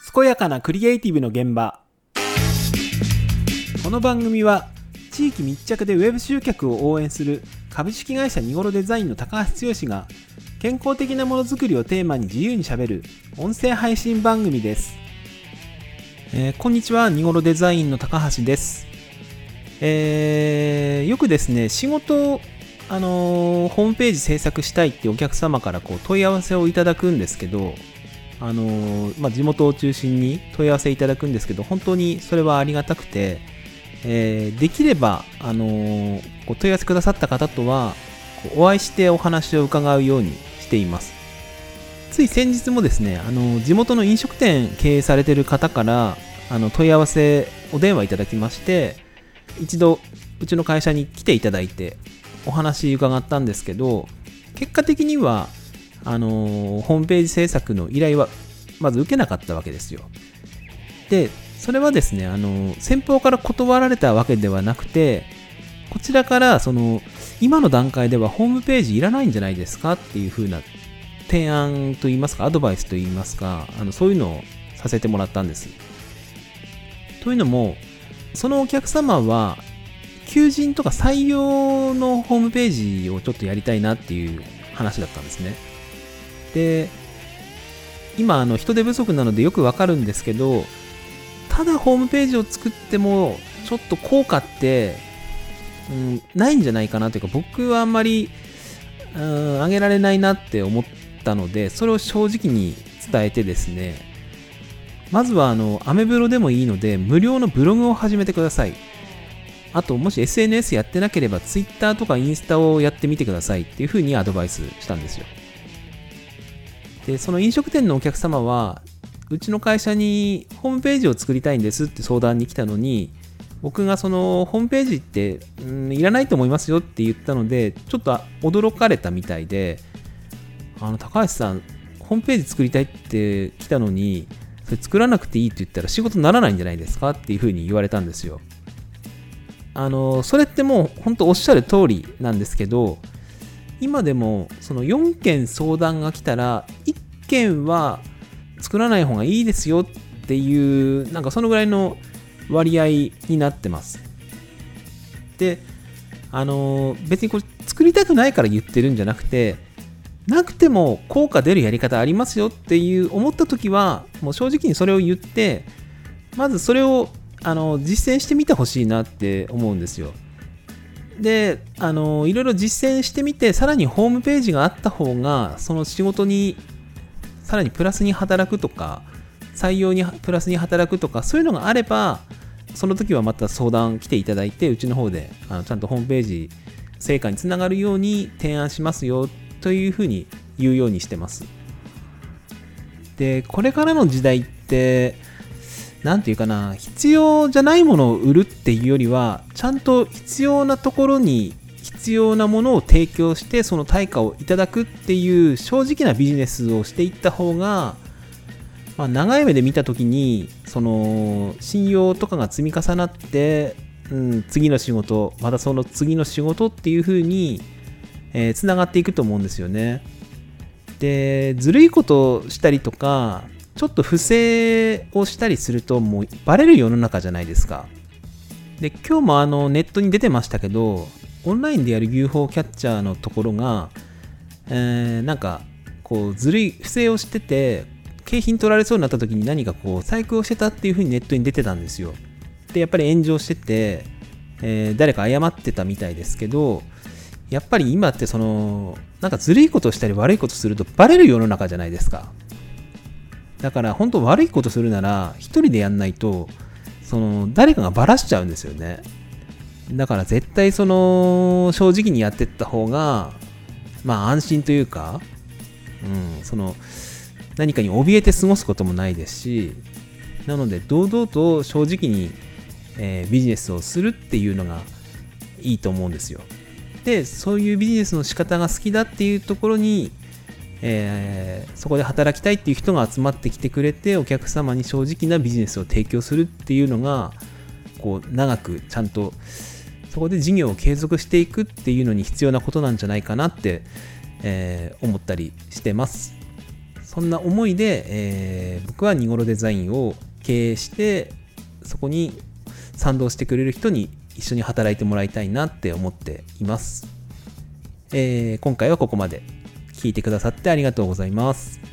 健やかなクリエイティブの現場。この番組は地域密着でウェブ集客を応援する株式会社ニゴロデザインの高橋剛が健康的なものづくりをテーマに自由にしゃべる音声配信番組です。こんにちは、ニゴロデザインの高橋です。よくですね、仕事ホームページ制作したいってお客様から問い合わせをいただくんですけど、地元を中心に問い合わせいただくんですけど、本当にそれはありがたくて、できれば問い合わせくださった方とはお会いしてお話を伺うようにしています。つい先日もですね、地元の飲食店経営されている方から問い合わせお電話いただきまして、一度うちの会社に来ていただいてお話伺ったんですけど、結果的にはホームページ制作の依頼はまず受けなかったわけですよ。で、それはですね、先方から断られたわけではなくて、こちらから今の段階ではホームページいらないんじゃないですかっていう風な提案といいますか、アドバイスといいますか、そういうのをさせてもらったんです。というのも、そのお客様は求人とか採用のホームページをちょっとやりたいなっていう話だったんですね。で、今人手不足なのでよくわかるんですけど、ただホームページを作ってもちょっと効果って、ないんじゃないかなというか、僕はあんまり上げられないなって思ったので、それを正直に伝えてですね、まずはアメブロでもいいので無料のブログを始めてください。あと、もし SNS やってなければ Twitter とかインスタをやってみてくださいっていう風にアドバイスしたんですよ。で、その飲食店のお客様はうちの会社にホームページを作りたいんですって相談に来たのに、僕がそのホームページっていらないと思いますよって言ったので、ちょっと驚かれたみたいで、高橋さんホームページ作りたいって来たのに、それ作らなくていいって言ったら仕事にならないんじゃないですかっていうふうに言われたんですよ。それってもう本当おっしゃる通りなんですけど、今でもその4件相談が来たら1件は作らない方がいいですよっていう、なんかそのぐらいの割合になってます。で、別にこれ作りたくないから言ってるんじゃなくて、なくても効果出るやり方ありますよっていう思った時は、もう正直にそれを言って、まずそれを実践してみてほしいなって思うんですよ。で、いろいろ実践してみて、さらにホームページがあった方がその仕事にさらにプラスに働くとか、採用にプラスに働くとか、そういうのがあれば、その時はまた相談来ていただいて、うちの方でちゃんとホームページ成果につながるように提案しますよというふうに言うようにしてます。で、これからの時代ってなんていうかな、必要じゃないものを売るっていうよりは、ちゃんと必要なところに必要なものを提供して、その対価をいただくっていう正直なビジネスをしていった方が、長い目で見たときにその信用とかが積み重なって、次の仕事、またその次の仕事っていう風につながっていくと思うんですよね。で、ずるいことをしたりとか、ちょっと不正をしたりするともうバレる世の中じゃないですか。で、今日もネットに出てましたけど、オンラインでやる UFO キャッチャーのところが、なんかずるい不正をしてて景品取られそうになった時に何か細工をしてたっていう風にネットに出てたんですよ。で、やっぱり炎上してて、誰か謝ってたみたいですけど、やっぱり今ってなんかずるいことをしたり悪いことするとバレる世の中じゃないですか。だから本当悪いことするなら一人でやんないと、誰かがバラしちゃうんですよね。だから絶対正直にやってった方が安心というか、何かに怯えて過ごすこともないですし、なので堂々と正直に、ビジネスをするっていうのがいいと思うんですよ。で、そういうビジネスの仕方が好きだっていうところに、そこで働きたいっていう人が集まってきてくれて、お客様に正直なビジネスを提供するっていうのが長くちゃんとそこで事業を継続していくっていうのに必要なことなんじゃないかなって、思ったりしてます。 そんな思いで、僕はニゴロデザインを経営して、そこに賛同してくれる人に一緒に働いてもらいたいなって思っています。今回はここまで聞いてくださってありがとうございます。